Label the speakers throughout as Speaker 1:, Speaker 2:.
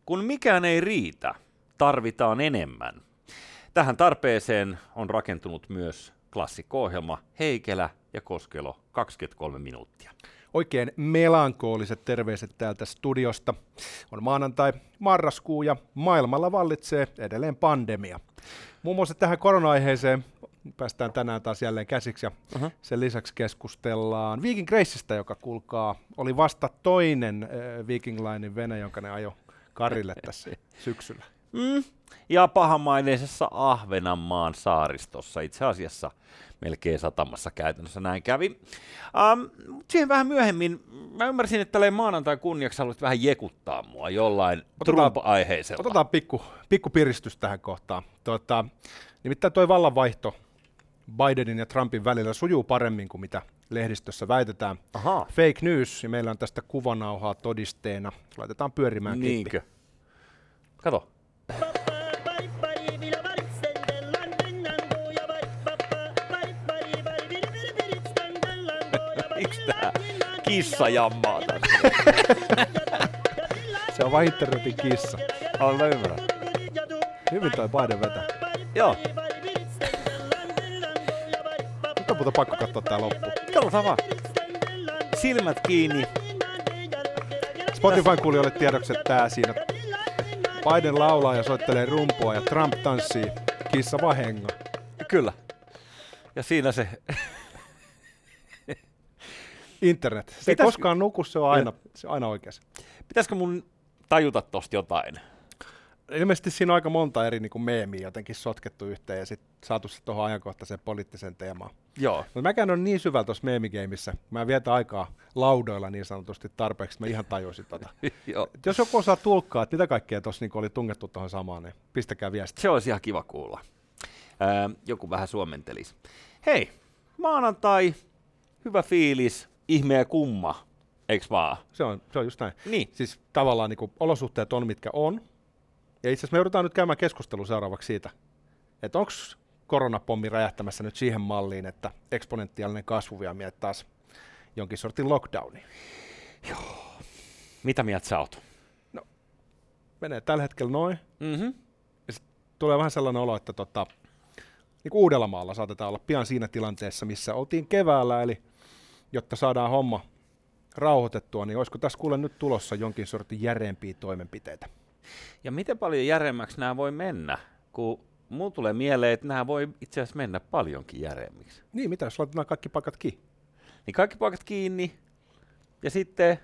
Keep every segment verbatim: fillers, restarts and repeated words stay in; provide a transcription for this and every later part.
Speaker 1: Kun mikään ei riitä, tarvitaan enemmän. Tähän tarpeeseen on rakentunut myös klassikko-ohjelma Heikelä ja Koskelo kaksikymmentäkolme minuuttia.
Speaker 2: Oikein melankooliset terveiset täältä studiosta. On maanantai, marraskuu ja maailmalla vallitsee edelleen pandemia. Muun muassa tähän korona-aiheeseen päästään tänään taas jälleen käsiksi ja uh-huh. sen lisäksi keskustellaan Viking Graceista, joka kuulkaa oli vasta toinen äh, Viking Linen vene, jonka ne ajoi Karille tässä syksyllä.
Speaker 1: Mm. Ja pahamaineisessa Ahvenanmaan saaristossa, itse asiassa melkein satamassa käytännössä näin kävi. Um, siihen vähän myöhemmin, mä ymmärsin, että tälleen maanantai kunniaksi haluaisit vähän jekuttaa mua jollain Trump-aiheisella.
Speaker 2: Otetaan pikku, pikku piristys tähän kohtaan. Tota, nimittäin toi vallanvaihto Bidenin ja Trumpin välillä sujuu paremmin kuin mitä lehdistössä väitetään.
Speaker 1: Aha.
Speaker 2: Fake news, ja meillä on tästä kuvanauhaa todisteena. Laitetaan pyörimään klippi.
Speaker 1: Niinkö? Kato. Miksi tää kissa jammaa tässä?
Speaker 2: Se on vain internetin kissa.
Speaker 1: On, mä ymmärrän.
Speaker 2: Hyvin toi Biden vetää.
Speaker 1: Joo.
Speaker 2: Nyt on muuta pakko katsoa tää loppu.
Speaker 1: Katsotaan vaan. Silmät kiinni.
Speaker 2: Spotifyn kuulijoille tiedoksi, että tää siinä Biden laulaa ja soittelee rumpua ja Trump tanssii kissa vahenga.
Speaker 1: Kyllä. Ja siinä se...
Speaker 2: Internet. Se ei koskaan nuku, se on aina, se on aina oikeassa.
Speaker 1: Pitäisikö mun tajuta tosta jotain?
Speaker 2: Ilmeisesti siinä on aika monta eri niin kuin meemiä jotenkin sotkettu yhteen ja sitten saatu se tuohon ajankohtaiseen poliittiseen teemaan.
Speaker 1: Joo.
Speaker 2: Mutta mäkään on niin syvällä tuossa meemigeimissä. Mä vietän aikaa laudoilla niin sanotusti tarpeeksi, että mä ihan tajusin tota.
Speaker 1: Joo.
Speaker 2: Jos joku osaa tulkkaa, että mitä kaikkea tuossa niin oli tungettu tuohon samaan, niin pistäkää viestiä.
Speaker 1: Se olisi ihan kiva kuulla. Ää, joku vähän suomentelisi. Hei, maanantai, hyvä fiilis, ihme ja kumma, eiks vaan?
Speaker 2: Se on, se on just näin.
Speaker 1: Niin.
Speaker 2: Siis tavallaan niin kuin olosuhteet on mitkä on. Ja itse asiassa me joudutaan nyt käymään keskustelua seuraavaksi siitä, että onko koronapommi räjähtämässä nyt siihen malliin, että eksponentiaalinen kasvu vie meidät taas jonkin sortin lockdowniin.
Speaker 1: Joo. Mitä mieltä sä oot?
Speaker 2: No, menee tällä hetkellä noin.
Speaker 1: Mm-hmm.
Speaker 2: Ja sit tulee vähän sellainen olo, että tota, niin kuin Uudellamaalla saatetaan olla pian siinä tilanteessa, missä oltiin keväällä, eli jotta saadaan homma rauhoitettua, niin olisiko tässä kuule nyt tulossa jonkin sortin järeempiä toimenpiteitä?
Speaker 1: Ja miten paljon järeemmäksi nämä voi mennä, kun mulla tulee mieleen, että nämä voi itse asiassa mennä paljonkin järeemmiksi.
Speaker 2: Niin, mitä jos laitetaan kaikki paikat kiinni?
Speaker 1: Niin kaikki paikat kiinni, ja sitten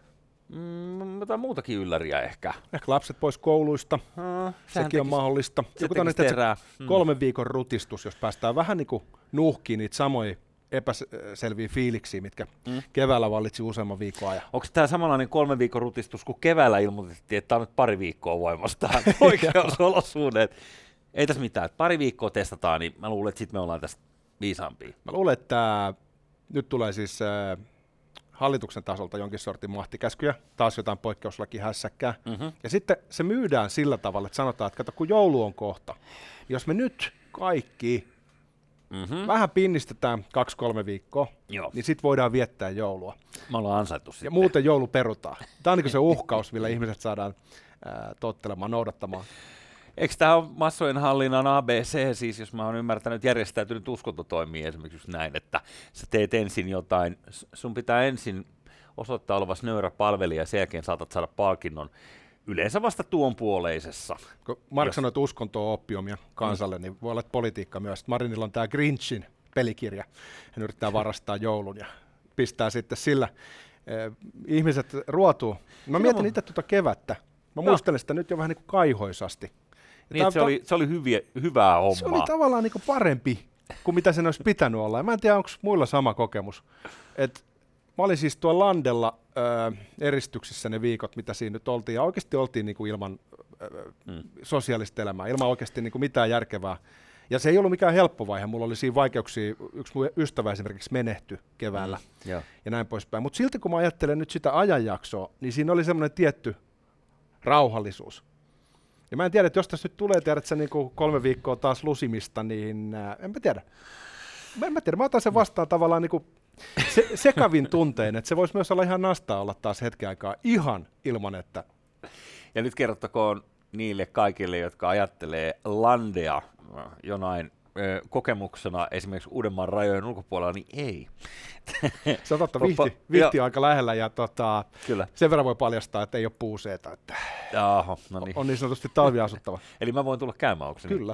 Speaker 1: mm, jotain muutakin ylläriä ehkä.
Speaker 2: Ehkä lapset pois kouluista,
Speaker 1: Uh,
Speaker 2: sekin
Speaker 1: tekis,
Speaker 2: on mahdollista.
Speaker 1: Se
Speaker 2: Joku tämmöinen
Speaker 1: terää. Mm.
Speaker 2: kolmen viikon rutistus, jos päästään vähän niin kuin nuuhkiin niitä samoja epäselviä fiiliksiä, mitkä mm. keväällä vallitsi useamman viikon ajan.
Speaker 1: Onko tämä samanlainen kolmen viikon rutistus, kun keväällä ilmoitettiin, että tämä on nyt pari viikkoa voimassa poikkeusolosuudet? Ei tässä mitään, että pari viikkoa testataan, niin mä luulen, että sitten me ollaan tästä viisaampia.
Speaker 2: Mä luulen, että nyt tulee siis äh, hallituksen tasolta jonkin sortin mahtikäskyjä, taas jotain poikkeuslakihässäkkää. Mm-hmm. Ja sitten se myydään sillä tavalla, että sanotaan, että kato, kun joulu on kohta, jos me nyt kaikki mm-hmm. vähän pinnistetään kaksi-kolme viikkoa,
Speaker 1: Joo.
Speaker 2: niin sitten voidaan viettää joulua.
Speaker 1: Me ollaan ansaittu sitten.
Speaker 2: Ja muuten joulu perutaan. Tämä on niin kuin se uhkaus, millä ihmiset saadaan ää, tottelemaan, noudattamaan.
Speaker 1: Eikö tämä ole massojen hallinnan A B C, siis jos mä oon ymmärtänyt, järjestäytynyt uskonto toimii esimerkiksi just näin, että sä teet ensin jotain, sun pitää ensin osoittaa olevasi nöyrä palvelija ja sen jälkeen saatat saada palkinnon. Yleensä vasta tuon puoleisessa.
Speaker 2: Kun Mark sanoi, että uskonto on oppiumia kansalle, mm. niin voi olla, että politiikka myös. Marinilla on tämä Grinchin pelikirja. Hän yrittää varastaa joulun ja pistää sitten sillä eh, ihmiset ruotuu. Mä mietin itse tuota kevättä. Mä no. muistelen sitä nyt jo vähän niin kuin kaihoisasti.
Speaker 1: Niin, se, oli, se oli hyviä, hyvää hommaa.
Speaker 2: Se oli tavallaan niin kuin parempi kuin mitä sen olisi pitänyt olla. Ja mä en tiedä, onko muilla sama kokemus. Et mä olin siis tuolla Landella ö, eristyksissä ne viikot, mitä siinä nyt oltiin. Ja oikeasti oltiin niin kuin ilman ö, mm. sosiaalista elämää, ilman oikeasti niin kuin mitään järkevää. Ja se ei ollut mikään helppo vaihe. Mulla oli siinä vaikeuksia. Yksi mun ystävä esimerkiksi menehtyi keväällä mm. ja. ja näin poispäin. Mutta silti kun mä ajattelen nyt sitä ajanjaksoa, niin siinä oli semmoinen tietty rauhallisuus. Ja mä en tiedä, että jos tässä nyt tulee, tiedät sä niin kuin kolme viikkoa taas lusimista, niin äh, en mä tiedä. Mä en mä tiedä, mä otan sen vastaan tavallaan niin kuin se, sekavin tuntein, että se voisi myös olla ihan nastaa olla taas hetken aikaa ihan ilman, että...
Speaker 1: Ja nyt kerrottakoon niille kaikille, jotka ajattelee landea jonain ö, kokemuksena esimerkiksi Uudenmaan rajojen ulkopuolella, niin ei.
Speaker 2: Se on totta, vihti, vihti on aika lähellä ja tota,
Speaker 1: Kyllä.
Speaker 2: sen verran voi paljastaa, että ei ole puuseeta. Että
Speaker 1: Jaha, no niin.
Speaker 2: On niin sanotusti talviasuttava.
Speaker 1: Eli mä voin tulla käymään, onko se
Speaker 2: Kyllä.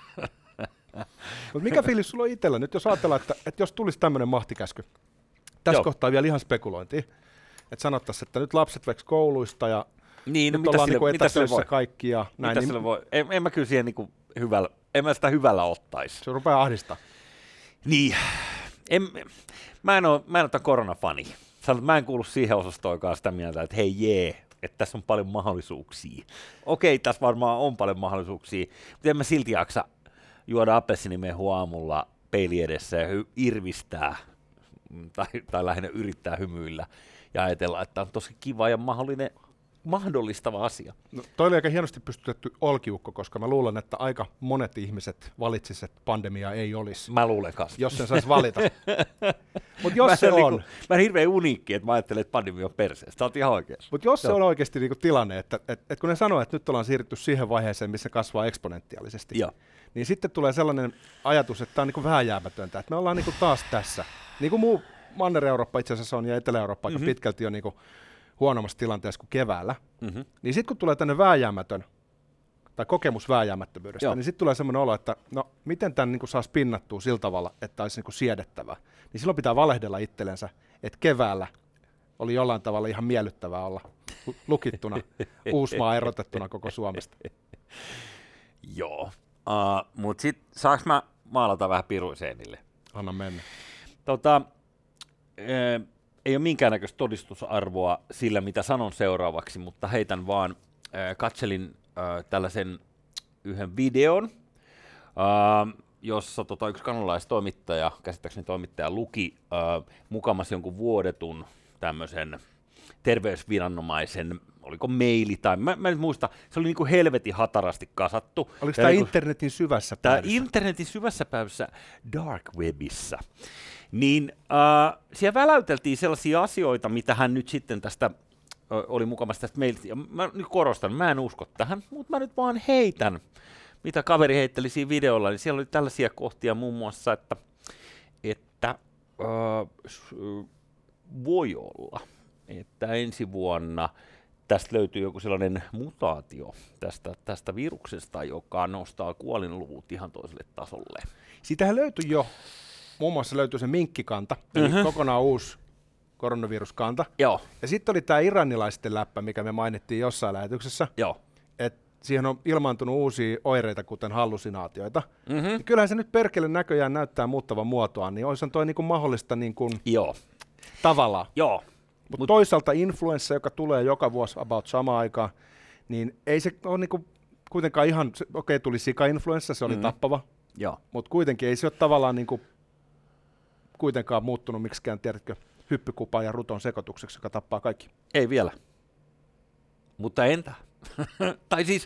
Speaker 2: Mutta mikä fiilis sulla on itsellä nyt, jos ajatellaan, että, että jos tulisi tämmöinen mahtikäsky, tässä
Speaker 1: Joo.
Speaker 2: kohtaa vielä ihan spekulointia, että sanottaisiin, että nyt lapset veksi kouluista ja
Speaker 1: niin, no
Speaker 2: nyt
Speaker 1: mitä
Speaker 2: ollaan
Speaker 1: sille,
Speaker 2: niinku
Speaker 1: mitä sille voi?
Speaker 2: etätöissä kaikki ja näin.
Speaker 1: Mitä
Speaker 2: Niin
Speaker 1: sille voi? En, en mä kyllä siihen niinku hyvällä, en mä sitä hyvällä ottaisi.
Speaker 2: se rupeaa ahdistaa.
Speaker 1: Niin, en, mä en ole, mä en ole tämän koronafani. Sanon, mä en kuulu siihen osastoikaan sitä mieltä, että hei jee, että tässä on paljon mahdollisuuksia. Okei, tässä varmaan on paljon mahdollisuuksia, mutta en mä silti jaksa juoda appelsiinimehua aamulla peili edessä ja hy- irvistää, tai, tai lähinnä yrittää hymyillä ja ajatella, että on tosi kiva ja mahdollinen, mahdollistava asia.
Speaker 2: No, toi oli aika hienosti pystytetty olkiukko, koska mä luulen, että aika monet ihmiset valitsisivat, että pandemia ei olisi,
Speaker 1: Mä luulen kanssa.
Speaker 2: jos sen saisi valita. Mutta jos
Speaker 1: mä
Speaker 2: se
Speaker 1: niinku,
Speaker 2: on,
Speaker 1: mä en hirveän uniikki, että mä ajattelen, että pandemia on perseestä. Sä oot ihan oikeassa.
Speaker 2: Mutta jos
Speaker 1: Joo.
Speaker 2: se on oikeasti niinku tilanne, että et, et kun ne sanoo, että nyt ollaan siirrytty siihen vaiheeseen, missä kasvaa eksponentiaalisesti,
Speaker 1: Joo.
Speaker 2: niin sitten tulee sellainen ajatus, että tämä on niinku vääjäämätöntä, että me ollaan niinku taas tässä. Niin kuin muu Manner-Eurooppa itse asiassa on ja Etelä-Eurooppa aika
Speaker 1: Mhm.
Speaker 2: pitkälti on niinku huonommassa tilanteessa kuin keväällä,
Speaker 1: Mm-hmm.
Speaker 2: niin sitten kun tulee tänne vääjäämätön, tai kokemus vääjäämättömyydestä,
Speaker 1: Joo.
Speaker 2: niin sitten tulee semmoinen olo, että no miten tämän niinku saa spinnattua sillä tavalla, että olisi niinku siedettävää. Niin silloin pitää valehdella itsellensä, että keväällä oli jollain tavalla ihan miellyttävää olla lu- lukittuna, Uusmaa erotettuna koko Suomesta.
Speaker 1: Joo, uh, mutta sitten saanko mä maalata vähän piruiseenille?
Speaker 2: Anna mennä.
Speaker 1: Tota, eh, ei ole minkäännäköistä todistusarvoa sillä, mitä sanon seuraavaksi, mutta heitän vaan, eh, katselin eh, tällaisen yhden videon, eh, jossa tota, yksi kanalaistoimittaja, käsittääkseni toimittaja, luki eh, mukamas jonkun vuodetun tämmöisen terveysviranomaisen, oliko maili tai, mä, mä en muista, se oli niinku helvetin hatarasti kasattu.
Speaker 2: Oliko
Speaker 1: Ja
Speaker 2: tämä
Speaker 1: niinku-
Speaker 2: internetin syvässä
Speaker 1: Tämä
Speaker 2: päädyssä?
Speaker 1: internetin syvässä päivässä dark webissa, niin äh, siellä väläyteltiin sellaisia asioita, mitä hän nyt sitten tästä äh, oli mukamassa tästä meiltä, ja mä nyt korostan, mä en usko tähän, mutta mä nyt vaan heitän, mitä kaveri heitteli siinä videolla, niin siellä oli tällaisia kohtia muun muassa, että, että äh, s- voi olla, että ensi vuonna tästä löytyy joku sellainen mutaatio tästä, tästä viruksesta, joka nostaa kuolinluvut ihan toiselle tasolle.
Speaker 2: Siitähän löytyi jo, muun muassa löytyi se minkkikanta, eli
Speaker 1: Mhm.
Speaker 2: kokonaan uusi koronaviruskanta.
Speaker 1: Joo,
Speaker 2: Ja sitten oli tämä iranilaisten läppä, mikä me mainittiin jossain lähetyksessä,
Speaker 1: joo.
Speaker 2: että siihen on ilmaantunut uusia oireita, kuten hallusinaatioita.
Speaker 1: Mm-hmm.
Speaker 2: Niin kyllähän se nyt perkele näköjään näyttää muuttavan muotoaan, niin olisihan toi niinku mahdollista niinku
Speaker 1: Joo,
Speaker 2: tavallaan.
Speaker 1: joo.
Speaker 2: Mutta Mut toisaalta influenssa, joka tulee joka vuosi about samaan aikaan, niin ei se ole niinku kuitenkaan ihan, okei okay, tuli sika-influenssa, se oli
Speaker 1: Mhm.
Speaker 2: mm-hmm. tappava,
Speaker 1: Joo.
Speaker 2: mutta kuitenkin ei se ole tavallaan niinku kuitenkaan muuttunut miksikään, tiedätkö, hyppykupaan ja ruton sekoitukseksi, joka tappaa kaikki.
Speaker 1: Ei vielä. Mutta entä? Tai siis,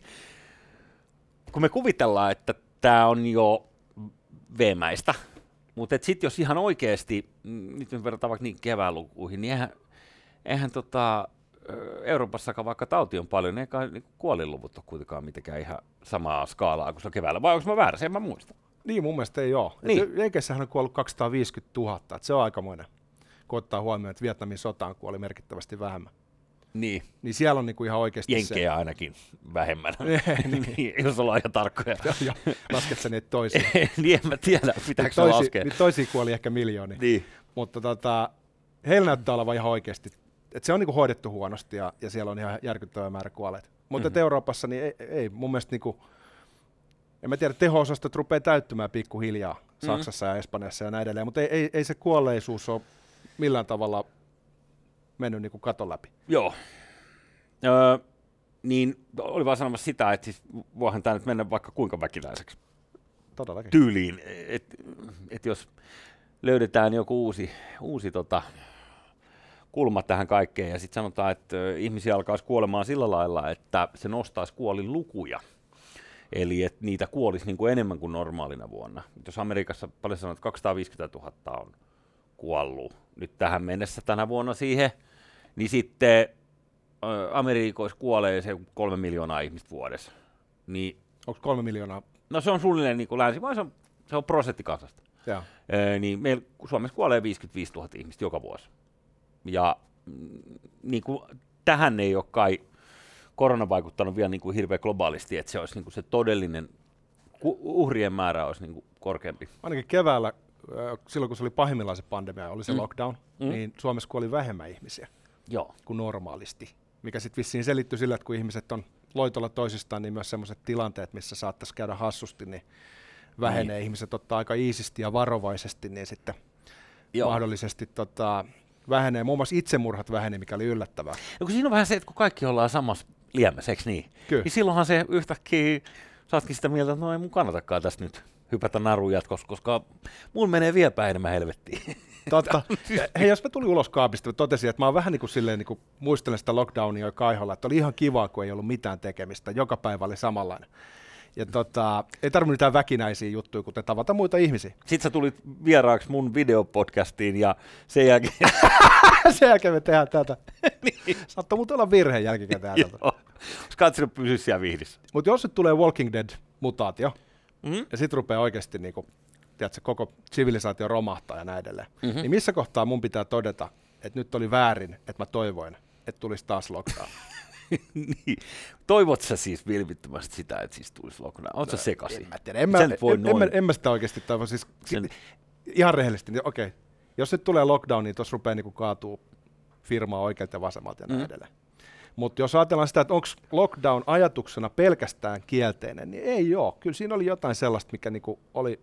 Speaker 1: kun me kuvitellaan, että tämä on jo veemäistä, mutta sitten jos ihan oikeasti, mm, nyt me verrataan vaikka niin kevään lukuihin, niin eihän, eihän tota, ö, Euroopassakaan vaikka tauti on paljon, niin eikä niin kuolinluvut ole kuitenkaan mitenkään ihan samaa skaalaa kuin se keväällä, vai onko mä väärässä, en mä muista.
Speaker 2: Niin mun mielestä ei ole.
Speaker 1: Niin.
Speaker 2: Jenkeissähän on kuollut kaksisataaviisikymmentätuhatta, että se on aikamoinen, kun ottaa huomioon, että Vietnamin sotaan kuoli merkittävästi vähemmän.
Speaker 1: Niin,
Speaker 2: Niin siellä on niinku ihan oikeasti
Speaker 1: jenkkejä ainakin vähemmän,
Speaker 2: niin.
Speaker 1: niin, jos ollaan ihan tarkkoja.
Speaker 2: se. Ja lasket sä niitä toisia.
Speaker 1: niin en mä tiedä, pitääkö se
Speaker 2: Toisi,
Speaker 1: laskea.
Speaker 2: niitä toisia kuoli ehkä miljoonia.
Speaker 1: Niin.
Speaker 2: Mutta tota, heillä näyttää olevan ihan oikeasti, että se on niinku hoidettu huonosti ja, ja siellä on ihan järkyttävä määrä kuolleita. Mutta
Speaker 1: Mhm.
Speaker 2: Euroopassa niin ei, ei mun mielestä, niinku, en mä tiedä, teho-osastot rupeaa täyttymään pikkuhiljaa Saksassa ja Espanjassa ja näin edelleen, mutta ei, ei, ei se kuolleisuus ole millään tavalla mennyt niinku katon läpi.
Speaker 1: Joo. Öö, niin oli vaan sanomassa sitä, että siis voihan tämä nyt mennä vaikka kuinka väkiläiseksi
Speaker 2: Todellakin.
Speaker 1: tyyliin, että et jos löydetään joku uusi, uusi tota, kulma tähän kaikkeen ja sitten sanotaan, että ö, ihmisiä alkaisi kuolemaan sillä lailla, että se nostaisi kuolinlukuja. Eli että niitä kuolisi niin kuin enemmän kuin normaalina vuonna. Jos Amerikassa paljon sanotaan, että kaksisataaviisikymmentätuhatta on kuollut nyt tähän mennessä tänä vuonna siihen, niin sitten ö, Amerikoissa kuolee se kolme miljoonaa ihmistä vuodessa. niin
Speaker 2: Onko kolme miljoonaa?
Speaker 1: no se on suunnilleen niin kuin länsimaa, se on, se on prosentti kansasta.
Speaker 2: Joo.
Speaker 1: Ee, niin meillä Suomessa kuolee viisikymmentäviisituhatta ihmistä joka vuosi. Ja mm, niin kuin, tähän ei ole kai korona vaikuttanut vielä niin kuin hirveän globaalisti, että se olisi niin kuin se todellinen ku- uhrien määrä olisi niin kuin korkeampi.
Speaker 2: Ainakin keväällä, silloin kun se oli pahimmillaan se pandemia, oli se
Speaker 1: Mm.
Speaker 2: lockdown,
Speaker 1: Mm.
Speaker 2: niin Suomessa kuoli vähemmän ihmisiä
Speaker 1: Joo.
Speaker 2: kuin normaalisti. Mikä sitten vissiin selittyy sillä, että kun ihmiset on loitolla toisistaan, niin myös sellaiset tilanteet, missä saattaisi käydä hassusti, niin vähenee. Niin. Ihmiset ottaa aika iisisti ja varovaisesti, niin sitten Joo. mahdollisesti tota, vähenee. Muun muassa itsemurhat vähenee, mikä oli yllättävää.
Speaker 1: No kun siinä on vähän se, että kun kaikki ollaan samassa liemessä, eikö niin?
Speaker 2: Kyllä.
Speaker 1: Niin silloinhan se yhtäkkiä, saatkin sitä mieltä, että no ei mun kannatakaan tästä nyt hypätä naruun jatkossa, koska mun menee vielä päin enemmän helvettiin.
Speaker 2: Totta. Hei, jos mä tulin ulos kaapista, mä totesin, että mä oon vähän niin kuin silleen, niin kuin muistelen sitä lockdownia kaiholla, että oli ihan kivaa, kun ei ollut mitään tekemistä. Joka päivä oli samanlainen. Ja tota, ei tarvinnut mitään väkinäisiä juttuja, kuten tavata muita ihmisiä.
Speaker 1: Sitten sä tulit vieraaksi mun videopodcastiin ja sen jälkeen...
Speaker 2: sen jälkeen me tehdään tätä. niin. Saattaa muuten olla virheen jälkikäteen tätä.
Speaker 1: Joo. Olis katsonut pysyä siellä vihdissä.
Speaker 2: Mutta jos nyt tulee Walking Dead-mutaatio,
Speaker 1: Mm-hmm.
Speaker 2: ja sitten rupeaa oikeasti niinku, tiedätkö, koko sivilisaatio romahtaa ja näin edelleen,
Speaker 1: Mm-hmm.
Speaker 2: niin missä kohtaa mun pitää todeta, että nyt oli väärin, että mä toivoin, että tulisi taas lockdown?
Speaker 1: niin. Toivot sä siis vilpittömästi sitä, että siis tulisi lockdown? Oot sä sekaisin?
Speaker 2: En mä tiedä, en mä, en, en, mä, en mä sitä oikeasti toivo. Siis, Sen... Ihan rehellisesti, niin okei, jos nyt tulee lockdown, niin tuossa rupeaa niinku kaatuu firmaa oikealta ja vasemmalta ja näin mm. edelleen. Mutta jos ajatellaan sitä, että onko lockdown ajatuksena pelkästään kielteinen, niin ei ole. Kyllä siinä oli jotain sellaista, mikä niinku oli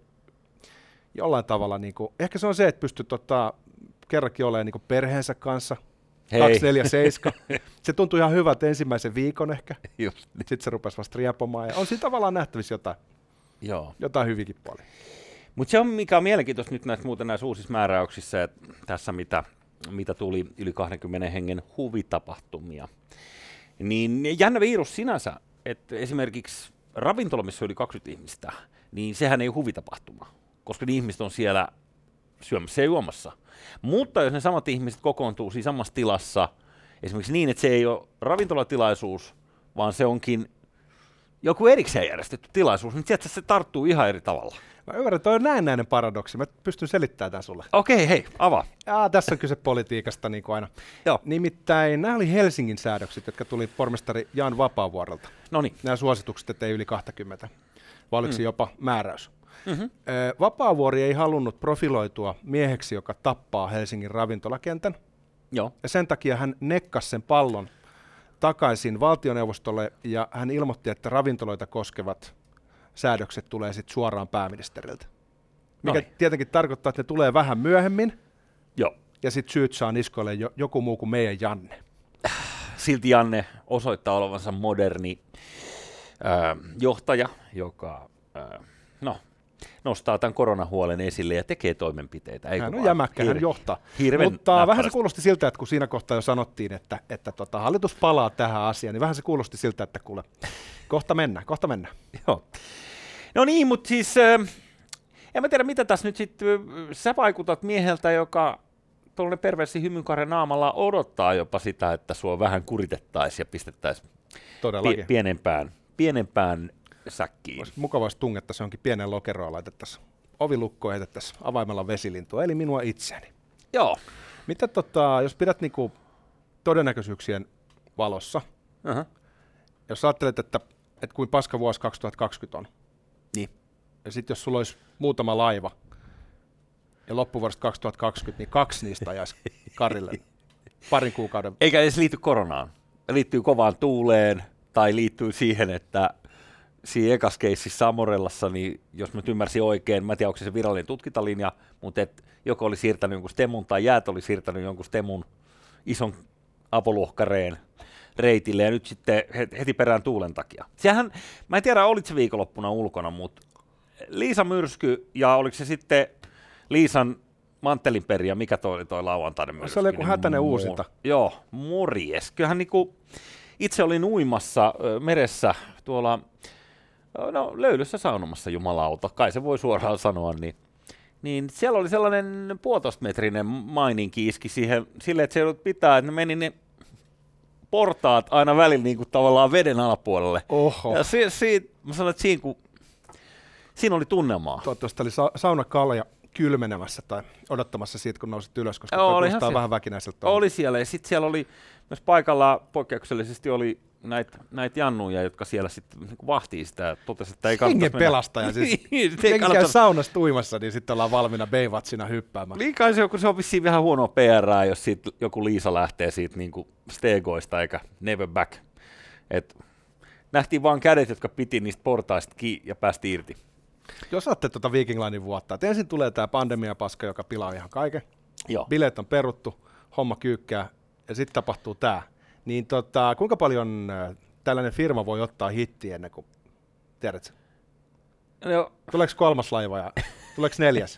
Speaker 2: jollain tavalla, niinku, ehkä se on se, että pystyy tota, kerrankin olemaan niinku perheensä kanssa, kaksikymmentäneljä seitsemän. Se tuntui ihan hyvältä ensimmäisen viikon ehkä, niin. Sitten se rupesi vasta riepomaan, ja on siinä tavallaan nähtävissä jotain,
Speaker 1: Joo.
Speaker 2: jotain hyvinkin puolia.
Speaker 1: Mutta se on mikä on mielenkiintoista nyt näissä muuten näissä uusissa määräyksissä, että tässä mitä, mitä tuli yli kahdenkymmenen hengen huvitapahtumia, niin jännä virus sinänsä, että esimerkiksi ravintola, missä on yli kaksikymmentä ihmistä, niin sehän ei ole huvitapahtuma, koska ne ihmiset on siellä syömässä ja juomassa. Mutta jos ne samat ihmiset kokoontuu siinä samassa tilassa, esimerkiksi niin, että se ei ole ravintolatilaisuus, vaan se onkin joku erikseen järjestetty tilaisuus, niin sieltä se tarttuu ihan eri tavalla.
Speaker 2: Mä ymmärrän, että toi on näennäinen paradoksi. Mä pystyn selittämään tämän sulle.
Speaker 1: Okei, hei, avaa.
Speaker 2: Jaa, tässä on kyse politiikasta niin kuin aina.
Speaker 1: Joo.
Speaker 2: Nimittäin nämä oli Helsingin säädökset, jotka tuli pormestari Jan Vapaavuorelta.
Speaker 1: Noniin.
Speaker 2: Nämä suositukset, että ei yli kaksikymmentä. Vai oliko mm. jopa määräys?
Speaker 1: Mm-hmm.
Speaker 2: Vapaavuori ei halunnut profiloitua mieheksi, joka tappaa Helsingin ravintolakentän.
Speaker 1: Joo.
Speaker 2: Ja sen takia hän nekkasi sen pallon takaisin valtioneuvostolle ja hän ilmoitti, että ravintoloita koskevat säädökset tulee sitten suoraan pääministeriltä. Mikä Noin. tietenkin tarkoittaa, että ne tulee vähän myöhemmin.
Speaker 1: Joo.
Speaker 2: Ja sitten syyt saa niskoille jo, joku muu kuin meidän Janne.
Speaker 1: Silti Janne osoittaa olevansa moderni äh, johtaja, joka äh, no, nostaa tämän koronahuolen esille ja tekee toimenpiteitä. Eikö
Speaker 2: hän on
Speaker 1: vaan?
Speaker 2: jämäkkä, hän
Speaker 1: Hir-
Speaker 2: johtaa.
Speaker 1: Hirven
Speaker 2: Mutta
Speaker 1: näppärästi.
Speaker 2: vähän se kuulosti siltä, että kun siinä kohtaa jo sanottiin, että, että tota, hallitus palaa tähän asiaan, niin vähän se kuulosti siltä, että kuule, kohta mennään, kohta mennään.
Speaker 1: Joo. No niin, mutta siis äh, en mä tiedä, mitä tässä nyt sitten, äh, sä vaikutat mieheltä, joka tuollainen perversi hymynkare naamalla odottaa jopa sitä, että sua vähän kuritettaisiin ja pistettäisiin
Speaker 2: Todellakin.
Speaker 1: Pi- pienempään, pienempään säkkiin.
Speaker 2: Olisi mukavaa, jos tungettaisiin johonkin pienen lokeroon, laitettaisiin ovilukkoon, heitettäisiin avaimella vesilintua, eli minua itseäni.
Speaker 1: Joo.
Speaker 2: Mitä tota, jos pidät niinku todennäköisyyksien valossa,
Speaker 1: Uh-huh.
Speaker 2: jos ajattelet, että, että kuin paska vuosi kaksituhattakaksikymmentä on,
Speaker 1: Niin.
Speaker 2: ja sitten jos sulla olisi muutama laiva, ja loppuvuodesta kaksituhattakaksikymmentä, niin kaksi niistä ajaisi Karille parin kuukauden.
Speaker 1: Eikä edes liity koronaan. Liittyy kovaan tuuleen, tai liittyy siihen, että siinä ekas keississä Amorellassa, niin jos mä ymmärsin oikein, mä en tiedä, onko se se virallinen tutkintalinja, mutta et joko oli siirtänyt jonkun stemun, tai jäät oli siirtänyt jonkun stemun ison apoluohkareen reitille, ja nyt sitten heti perään tuulen takia. Sehän, mä en tiedä, olit se viikonloppuna ulkona, mutta Liisa myrsky, ja oliko se sitten Liisan manttelinperiä, mikä toi oli toi lauantainen myrsky?
Speaker 2: Se oli joku hätäinen
Speaker 1: Mor-
Speaker 2: uusinta.
Speaker 1: Joo, morjes. Kyllähän niinku, itse olin uimassa ö, meressä tuolla, no löylyssä saunomassa, jumalauta, kai se voi suoraan sanoa, niin, niin siellä oli sellainen puolitoista metrinen maininki iski siihen silleen, että se ei ollut pitää, että ne meni ne portaat aina välillä niin kuin tavallaan veden alapuolelle.
Speaker 2: Oho.
Speaker 1: Ja si, si, mä sanoin, että siinä, kun, siinä oli tunnelmaa.
Speaker 2: Toivottavasti oli sa- saunakalja kylmenemässä tai odottamassa siitä, kun nousit ylös, koska
Speaker 1: Joo,
Speaker 2: toi
Speaker 1: olihan
Speaker 2: kuulostaa
Speaker 1: se-
Speaker 2: vähän väkinäiseltä.
Speaker 1: Oli siellä, ja sitten siellä oli myös paikalla poikkeuksellisesti oli näitä näit jannuja, jotka siellä sitten niinku vahtii sitä ja totesi, että ei
Speaker 2: Hengen
Speaker 1: kannattaisi mennä.
Speaker 2: pelastaja siis.
Speaker 1: Niin, sit ei
Speaker 2: Jengi käy
Speaker 1: kannata-
Speaker 2: saunassa uimassa, niin sitten ollaan valmiina Baywatsina hyppäämään.
Speaker 1: Niin kai se on, kun se on vissiin vähän huonoa P R:ää, jos siitä joku Liisa lähtee siitä niinku stegoista eikä never back. Et nähtiin vaan kädet, jotka piti niistä portaista kiinni ja päästi irti.
Speaker 2: Jos saatte tuota Viking Linein vuotta, että ensin tulee tämä pandemiapaska, joka pilaa ihan kaiken,
Speaker 1: Joo.
Speaker 2: bileet on peruttu, homma kyykkää ja sitten tapahtuu tämä. Niin tota, kuinka paljon äh, tällainen firma voi ottaa hittiä ennen kuin, tiedätkö,
Speaker 1: No,
Speaker 2: tuleeko kolmas laiva ja tuleeko neljäs?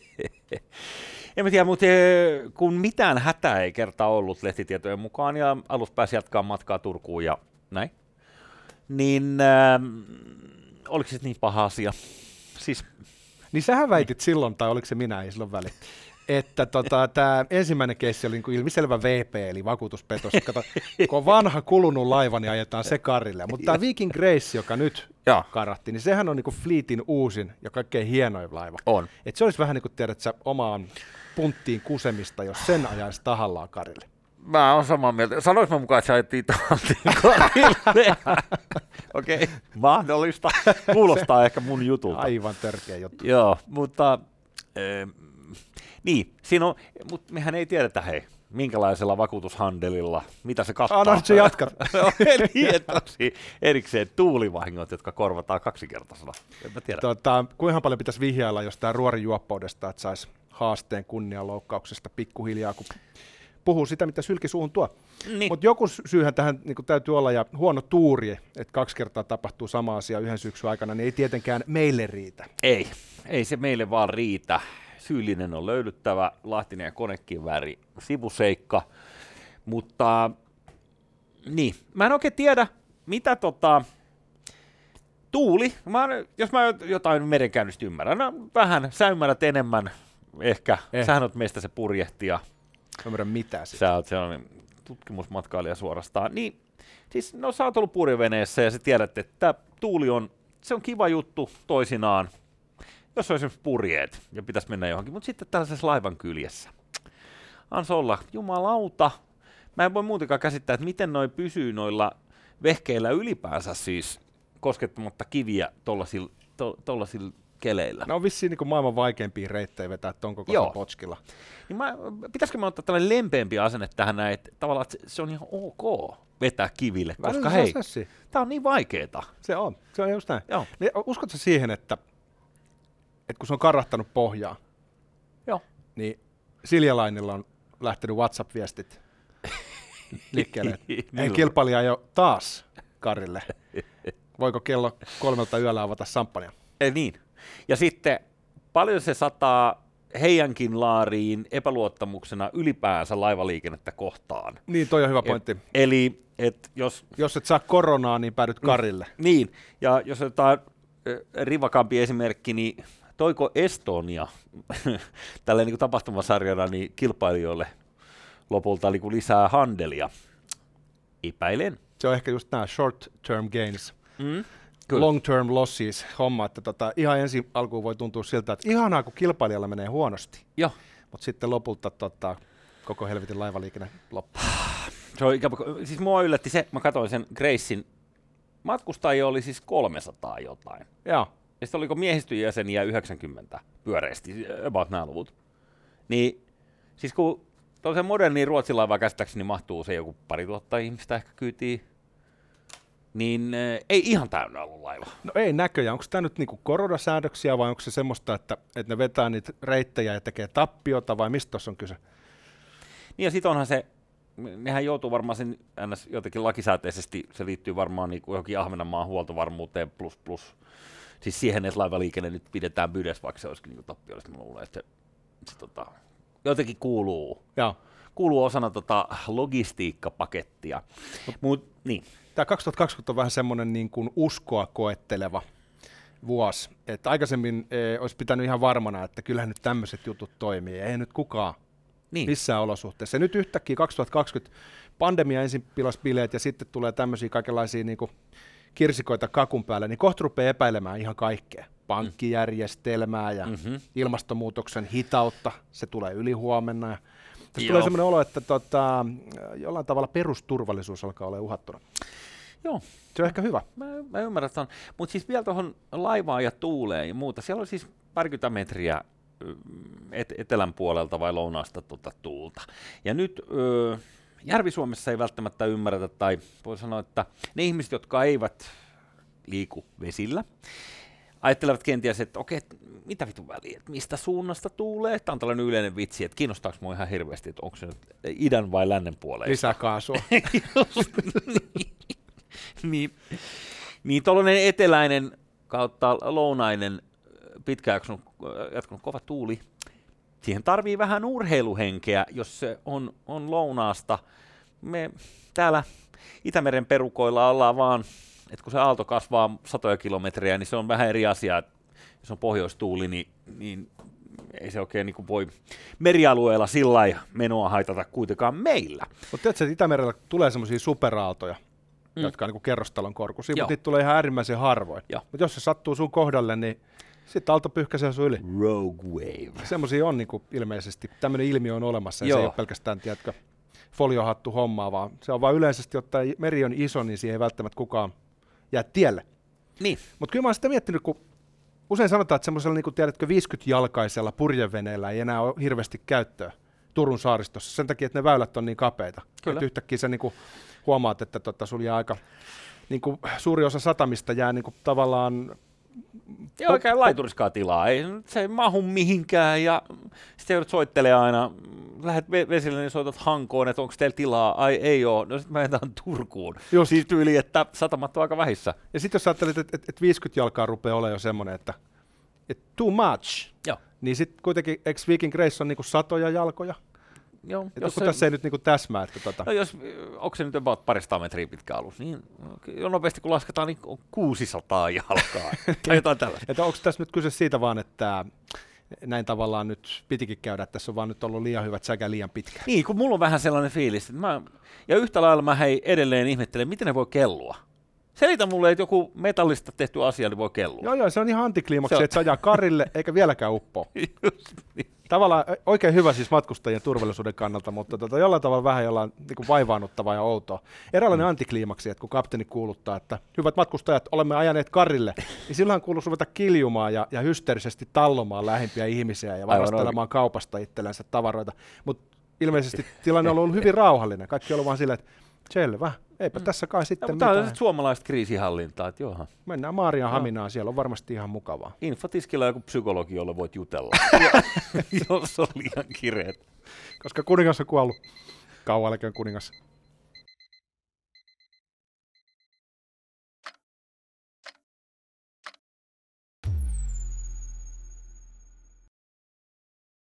Speaker 1: en mä tiedä, mutta eh, kun mitään hätää ei kerta ollut lehtitietojen mukaan ja alus pääsi jatkaa matkaa Turkuun ja näin, niin äh, oliko se niin paha asia? Siis,
Speaker 2: Niin sähän väitit silloin, tai oliko se minä, ei silloin väli, että tota, tämä ensimmäinen keissi oli niinku ilmiselvä V P, eli vakuutuspetos. Kato, kun on vanha kulunut laiva, niin ajetaan se karille. Mutta tämä Viking Grace, joka nyt
Speaker 1: Joo.
Speaker 2: karatti, niin sehän on niinku Fleetin uusin ja kaikkein hienoin laiva.
Speaker 1: on.
Speaker 2: Et se olisi vähän niin kuin tiedät sä omaan punttiin kusemista, jos sen ajaisi tahallaan karille.
Speaker 1: Mä oon samaa mieltä. Sanois mä mukaan, että sä ajettiin talteen karille. Okei, okay. Mahdollista. Kuulostaa ehkä mun jutulta.
Speaker 2: Aivan törkeä juttu.
Speaker 1: Joo, mutta äh, niin, siinä on, mutta mehän ei tiedetä, hei, minkälaisella vakuutushandelilla, mitä se kattaa.
Speaker 2: Anna nyt sä jatkat.
Speaker 1: niin, että onko siinä erikseen tuulivahingot, jotka korvataan kaksinkertaisella. En mä tiedä.
Speaker 2: Tota, kuinka paljon pitäisi vihjailla jostain ruorijuoppoudesta, että saisi haasteen kunnianloukkauksesta pikkuhiljaa, kun puhuu sitä, mitä sylki suuhun tuo.
Speaker 1: Niin.
Speaker 2: Mutta joku syyhän tähän niin täytyy olla, ja huono tuuri, että kaksi kertaa tapahtuu sama asia yhden syksyn aikana, niin ei tietenkään meille riitä.
Speaker 1: Ei, ei se meille vaan riitä. Syyllinen on löydyttävä, Lahtinen ja konekivääri sivuseikka, mutta niin, mä en oikein tiedä, mitä tota, tuuli, mä, jos mä jotain merenkäynnistä ymmärrän, no, vähän, sä ymmärrät enemmän ehkä,
Speaker 2: Eh.
Speaker 1: sähän oot meistä se purjehtija,
Speaker 2: Mä ymmärrän mitä siitä.
Speaker 1: sä oot sellainen tutkimusmatkailija suorastaan, niin siis no sä oot ollut purjeveneessä ja sä tiedät, että tuuli on, se on kiva juttu toisinaan, jos on esimerkiksi purjeet ja pitäisi mennä johonkin, mutta sitten tällaisessa laivan kyljessä. Ans olla, jumalauta. Mä en voi muutenkaan käsittää, että miten noi pysyy noilla vehkeillä ylipäänsä siis koskettamatta kiviä tollasilla to, tollasil keleillä.
Speaker 2: Ne on vissiin niin kuin maailman vaikeimpia reittejä vetää ton
Speaker 1: Joo.
Speaker 2: kokoisen potskilla.
Speaker 1: Niin mä, pitäisikö mä ottaa tällainen lempeämpi asenne tähän näin, että tavallaan että se on ihan ok vetää kiville, koska
Speaker 2: Välillä se
Speaker 1: hei,
Speaker 2: on sessi.
Speaker 1: tää on niin vaikeeta.
Speaker 2: Se on, se on just näin.
Speaker 1: Joo.
Speaker 2: Niin, uskotko siihen, että, että kun se on karahtanut pohjaa,
Speaker 1: Joo.
Speaker 2: niin Siljalainilla on lähtenyt WhatsApp-viestit liikkeelle, että ei
Speaker 1: Milloin?
Speaker 2: kilpailija jo taas karille. Voiko kello kolmelta yöllä avata samppania?
Speaker 1: Ei niin. Ja sitten paljon se sataa heidänkin laariin epäluottamuksena ylipäänsä laivaliikennettä kohtaan.
Speaker 2: Niin, toi on hyvä pointti.
Speaker 1: Et, eli et jos,
Speaker 2: Jos et saa koronaa, niin päädyt karille.
Speaker 1: niin, ja jos otetaan äh, rivakampi esimerkki, niin toiko Estonia tällä niin kuin tapahtumasarjana niin kilpailijoille lopulta niin kuin lisää handelia? Epäilen.
Speaker 2: Se on ehkä just nämä short term gains,
Speaker 1: Mm?
Speaker 2: long term losses homma, että tota, ihan ensin alkuun voi tuntua siltä, että ihanaa kun kilpailijalla menee huonosti,
Speaker 1: Joo.
Speaker 2: mutta sitten lopulta tota, koko helvetin laivaliikenne loppuu.
Speaker 1: Se on ikävä, siis mua yllätti se, mä katsoin sen Gracein, matkustajia oli siis kolmesataa jotain.
Speaker 2: Joo.
Speaker 1: Ja sitten oliko miehistön jäseniä yhdeksänkymmentä pyöreästi, about nämä luvut. Niin, siis kun tuollaisen moderniin ruotsilaivaan käsittääkseni mahtuu se joku pari tuhatta ihmistä ehkä kyytiin, niin äh, ei ihan täynnä ollut laiva.
Speaker 2: No ei näköjään. Onko tämä nyt niinku koronasäädöksiä vai onko se semmoista, että, että ne vetää niitä reittejä ja tekee tappiota vai mistä tuossa on kyse?
Speaker 1: Niin ja sitten onhan se, nehän joutuu varmaan sen ns. Jotenkin lakisääteisesti, se liittyy varmaan niin kuin johonkin Ahvenanmaan huoltovarmuuteen plus plus. Siis siihen, että laivaliikenne nyt pidetään bydessä, vaikka se olisikin niin tappiollista. Mä luulen, että se, se tota, jotenkin kuuluu,
Speaker 2: Joo.
Speaker 1: kuuluu osana tota logistiikkapakettia. Mut, niin.
Speaker 2: Tämä kaksituhattakaksikymmentä on vähän semmoinen niin kuin uskoa koetteleva vuosi. Että aikaisemmin e, olisi pitänyt ihan varmana, että kyllähän nyt tämmöiset jutut toimii. Ei nyt kukaan niin. missään olosuhteessa. Ja nyt yhtäkkiä kaksituhattakaksikymmentä pandemia ensin pilasi bileet ja sitten tulee tämmöisiä kaikenlaisia niin kuin kirsikoita kakun päälle, niin kohta rupeaa epäilemään ihan kaikkea. Pankkijärjestelmää ja mm-hmm. ilmastonmuutoksen hitautta, se tulee ylihuomenna. Ja tässä tulee sellainen olo, että tota, jollain tavalla perusturvallisuus alkaa olla uhattuna.
Speaker 1: Joo.
Speaker 2: Se on ehkä hyvä.
Speaker 1: Mä, mä ymmärrän, mutta siis vielä tuohon laivaan ja tuuleen ja muuta, siellä on siis parikymmentä metriä et- etelän puolelta vai lounaasta tuota tuulta. Ja nyt ö, Järvi-Suomessa ei välttämättä ymmärretä, tai voi sanoa, että ne ihmiset, jotka eivät liiku vesillä, ajattelevat kenties, että okei, mitä vitun väliä, että mistä suunnasta tuulee? Tämä on tällainen yleinen vitsi, että kiinnostaako minua ihan hirveästi, että onko se nyt idän vai lännen puoleen.
Speaker 2: Lisää kaasua.
Speaker 1: niin, niin, niin tuollainen eteläinen kautta lounainen pitkään jatkunut kova tuuli, siihen tarvii vähän urheiluhenkeä, jos se on, on lounaasta. Me täällä Itämeren perukoilla ollaan vaan, että kun se aalto kasvaa satoja kilometriä, niin se on vähän eri asia. Jos on pohjoistuuli, niin, niin ei se oikein niin kuin voi merialueella sillä lailla menoa haitata kuitenkaan meillä.
Speaker 2: Mutta tiedätkö, että Itämerellä tulee semmoisia superaaltoja, mm. jotka on niin kuin kerrostalon korkuisia, mutta niitä tulee ihan äärimmäisen harvoin. Mutta jos se sattuu sun kohdalle, niin sitten aalto pyyhkäisee sun yli.
Speaker 1: Rogue wave.
Speaker 2: Semmoisia on niin kuin ilmeisesti, tämmöinen ilmiö on olemassa, ja Joo. se ei ole pelkästään, tiedätkö, foliohattu hommaa, vaan se on vaan yleisesti, että meri on iso, niin siihen ei välttämättä kukaan jää tielle.
Speaker 1: Niin.
Speaker 2: Mutta kyllä mä oon sitä miettinyt, kun usein sanotaan, että semmoisella, niin kuin tiedätkö, viisikymmentä-jalkaisella purjeveneellä ei enää ole hirveästi käyttöä Turun saaristossa, sen takia, että ne väylät on niin kapeita. Että yhtäkkiä sä niin kuin huomaat, että tota, sulla jää aika, niin kuin suuri osa satamista jää niin kuin tavallaan
Speaker 1: ei oikein laituriskaan tilaa, ei, se ei mahu mihinkään ja sitten joudut soittelemaan aina, lähdet vesille, niin soitat Hankoon, että onko teillä tilaa, ai ei oo, no sitten mä lähdetään Turkuun. Just. Siis tyyli, että satamat on aika vähissä.
Speaker 2: Ja sitten jos ajattelet, että et, et viisikymmentä jalkaa rupeaa olemaan jo semmoinen, että et too much,
Speaker 1: Joo.
Speaker 2: niin sitten kuitenkin, eikö Viking Grace on niinku satoja jalkoja?
Speaker 1: Joo,
Speaker 2: jos se, tässä ei nyt niinku täsmää. Että tota.
Speaker 1: No jos, onko se nyt about parista metriä pitkä alus, niin jo nopeasti kun lasketaan, niin on kuusisataa jalkaa tai jotain tällaista.
Speaker 2: Että onko tässä nyt kyse siitä vaan, että näin tavallaan nyt pitikin käydä, että tässä on vaan nyt ollut liian hyvät säkä liian pitkä.
Speaker 1: Niin, kun mulla on vähän sellainen fiilis, että mä, ja yhtä lailla mä hei edelleen ihmettelen, miten ne voi kellua. Selitä mulle, että joku metallista tehty asia niin voi kellua.
Speaker 2: Joo, joo, se on ihan antikliimaksi, että se ajaa karille eikä vieläkään uppoa.
Speaker 1: Just niin.
Speaker 2: Tavallaan oikein hyvä siis matkustajien turvallisuuden kannalta, mutta tota, jollain tavalla vähän jollain niin kuin vaivaannuttavaa ja outoa. Eräänlainen mm. antikliimaksi, että kun kapteeni kuuluttaa, että hyvät matkustajat, olemme ajaneet karille, niin silloin kuuluu ruveta kiljumaan ja, ja hysteerisesti tallomaan lähimpiä ihmisiä ja varastelemaan kaupasta itsellensä tavaroita. Mutta ilmeisesti tilanne on ollut hyvin rauhallinen. Kaikki on ollut vaan silleen, että selvä, eipä mm. tässä kai sitten
Speaker 1: no,
Speaker 2: mitään.
Speaker 1: Tämä on suomalaista kriisihallintaa, että johan.
Speaker 2: Mennään Maarian Haminaan, siellä on varmasti ihan mukavaa.
Speaker 1: Infotiskilla on joku psykologi, jolle voit jutella, jos on liian kireet.
Speaker 2: Koska kuningas on kuollut. Kauan älköön kuningas.